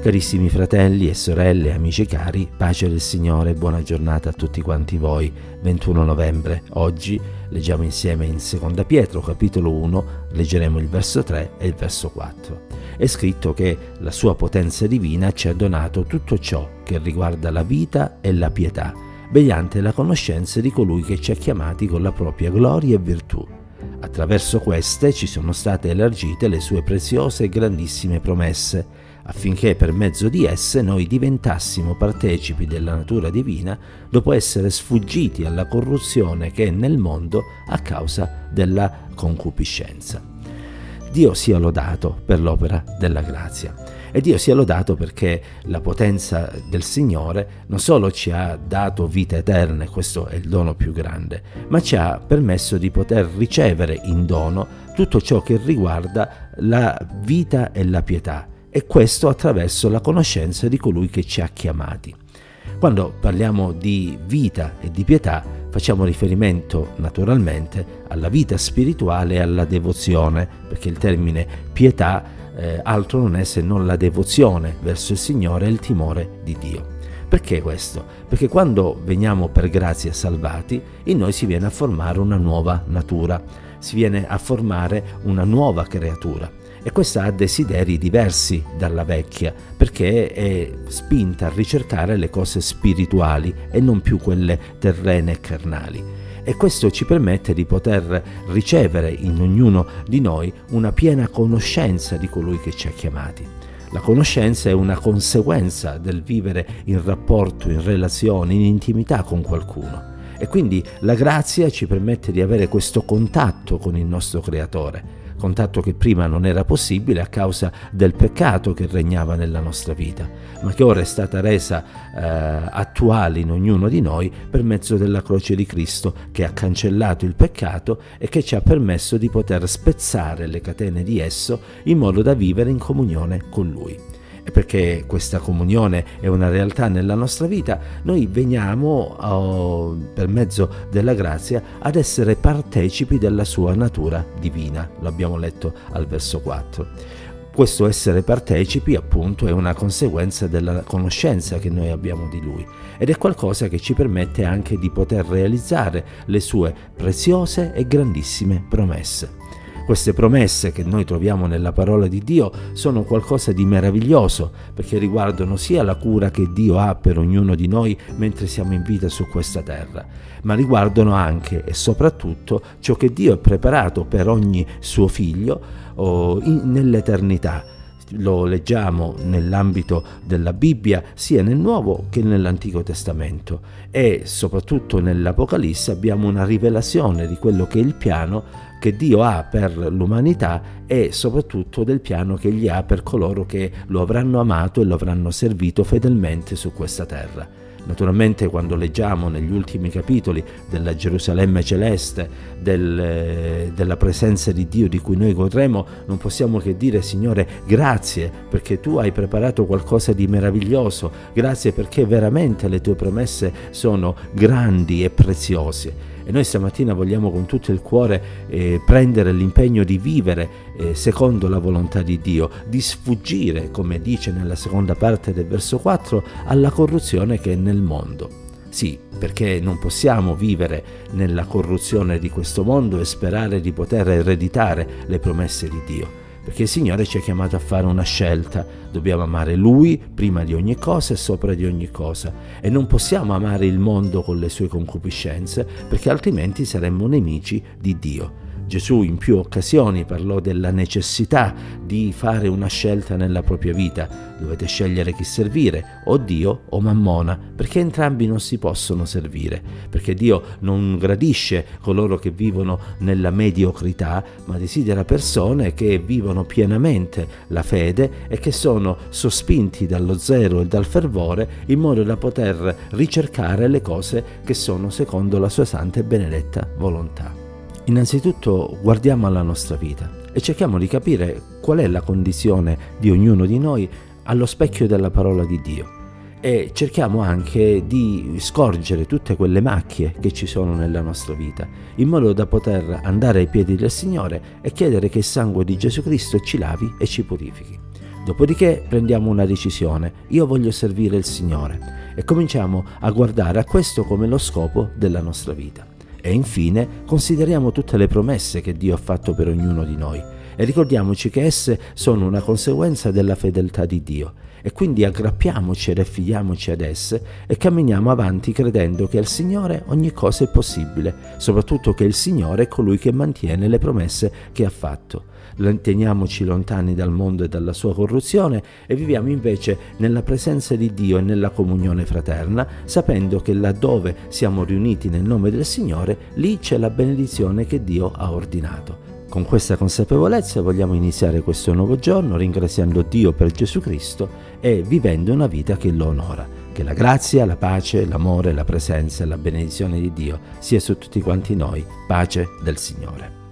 Carissimi fratelli e sorelle, amici cari, pace del Signore e buona giornata a tutti quanti voi. 21 novembre, oggi leggiamo insieme in Seconda Pietro, capitolo 1, leggeremo il verso 3 e il verso 4. È scritto che la sua potenza divina ci ha donato tutto ciò che riguarda la vita e la pietà, mediante la conoscenza di colui che ci ha chiamati con la propria gloria e virtù. Attraverso queste ci sono state elargite le sue preziose e grandissime promesse, affinché per mezzo di esse noi diventassimo partecipi della natura divina, dopo essere sfuggiti alla corruzione che è nel mondo a causa della concupiscenza. Dio sia lodato per l'opera della grazia. E Dio sia lodato perché la potenza del Signore non solo ci ha dato vita eterna, e questo è il dono più grande, ma ci ha permesso di poter ricevere in dono tutto ciò che riguarda la vita e la pietà, e questo attraverso la conoscenza di colui che ci ha chiamati. Quando parliamo di vita e di pietà, facciamo riferimento naturalmente alla vita spirituale e alla devozione, perché il termine pietà altro non è se non la devozione verso il Signore e il timore di Dio. Perché questo? Perché quando veniamo per grazia salvati, in noi si viene a formare una nuova natura, si viene a formare una nuova creatura. E questa ha desideri diversi dalla vecchia, perché è spinta a ricercare le cose spirituali e non più quelle terrene e carnali. E questo ci permette di poter ricevere in ognuno di noi una piena conoscenza di colui che ci ha chiamati. La conoscenza è una conseguenza del vivere in rapporto, in relazione, in intimità con qualcuno. E quindi la grazia ci permette di avere questo contatto con il nostro Creatore, contatto che prima non era possibile a causa del peccato che regnava nella nostra vita, ma che ora è stata resa attuale in ognuno di noi per mezzo della croce di Cristo, che ha cancellato il peccato e che ci ha permesso di poter spezzare le catene di esso in modo da vivere in comunione con Lui. E perché questa comunione è una realtà nella nostra vita, noi veniamo per mezzo della grazia ad essere partecipi della sua natura divina. Lo abbiamo letto al verso 4. Questo essere partecipi, appunto, è una conseguenza della conoscenza che noi abbiamo di Lui, ed è qualcosa che ci permette anche di poter realizzare le sue preziose e grandissime promesse. Queste promesse che noi troviamo nella parola di Dio sono qualcosa di meraviglioso, perché riguardano sia la cura che Dio ha per ognuno di noi mentre siamo in vita su questa terra, ma riguardano anche e soprattutto ciò che Dio ha preparato per ogni suo figlio nell'eternità. Lo leggiamo nell'ambito della Bibbia sia nel Nuovo che nell'Antico Testamento, e soprattutto nell'Apocalisse abbiamo una rivelazione di quello che è il piano che Dio ha per l'umanità e soprattutto del piano che Egli ha per coloro che lo avranno amato e lo avranno servito fedelmente su questa terra. Naturalmente, quando leggiamo negli ultimi capitoli della Gerusalemme celeste, della presenza di Dio di cui noi godremo, non possiamo che dire: Signore, grazie perché tu hai preparato qualcosa di meraviglioso, grazie perché veramente le tue promesse sono grandi e preziose. E noi stamattina vogliamo con tutto il cuore prendere l'impegno di vivere secondo la volontà di Dio, di sfuggire, come dice nella seconda parte del verso 4, alla corruzione che è nel mondo. Sì, perché non possiamo vivere nella corruzione di questo mondo e sperare di poter ereditare le promesse di Dio. Perché il Signore ci ha chiamato a fare una scelta. Dobbiamo amare Lui prima di ogni cosa e sopra di ogni cosa. E non possiamo amare il mondo con le sue concupiscenze, perché altrimenti saremmo nemici di Dio. Gesù in più occasioni parlò della necessità di fare una scelta nella propria vita. Dovete scegliere chi servire, o Dio o Mammona, perché entrambi non si possono servire, perché Dio non gradisce coloro che vivono nella mediocrità, ma desidera persone che vivono pienamente la fede e che sono sospinti dallo zelo e dal fervore in modo da poter ricercare le cose che sono secondo la sua santa e benedetta volontà. Innanzitutto guardiamo alla nostra vita e cerchiamo di capire qual è la condizione di ognuno di noi allo specchio della parola di Dio, e cerchiamo anche di scorgere tutte quelle macchie che ci sono nella nostra vita, in modo da poter andare ai piedi del Signore e chiedere che il sangue di Gesù Cristo ci lavi e ci purifichi. Dopodiché prendiamo una decisione: io voglio servire il Signore, e cominciamo a guardare a questo come lo scopo della nostra vita. E infine consideriamo tutte le promesse che Dio ha fatto per ognuno di noi e ricordiamoci che esse sono una conseguenza della fedeltà di Dio, e quindi aggrappiamoci ed affidiamoci ad esse e camminiamo avanti credendo che al Signore ogni cosa è possibile, soprattutto che il Signore è colui che mantiene le promesse che ha fatto. Teniamoci lontani dal mondo e dalla sua corruzione e viviamo invece nella presenza di Dio e nella comunione fraterna, sapendo che laddove siamo riuniti nel nome del Signore, lì c'è la benedizione che Dio ha ordinato. Con questa consapevolezza vogliamo iniziare questo nuovo giorno ringraziando Dio per Gesù Cristo e vivendo una vita che lo onora. Che la grazia, la pace, l'amore, la presenza e la benedizione di Dio sia su tutti quanti noi. Pace del Signore.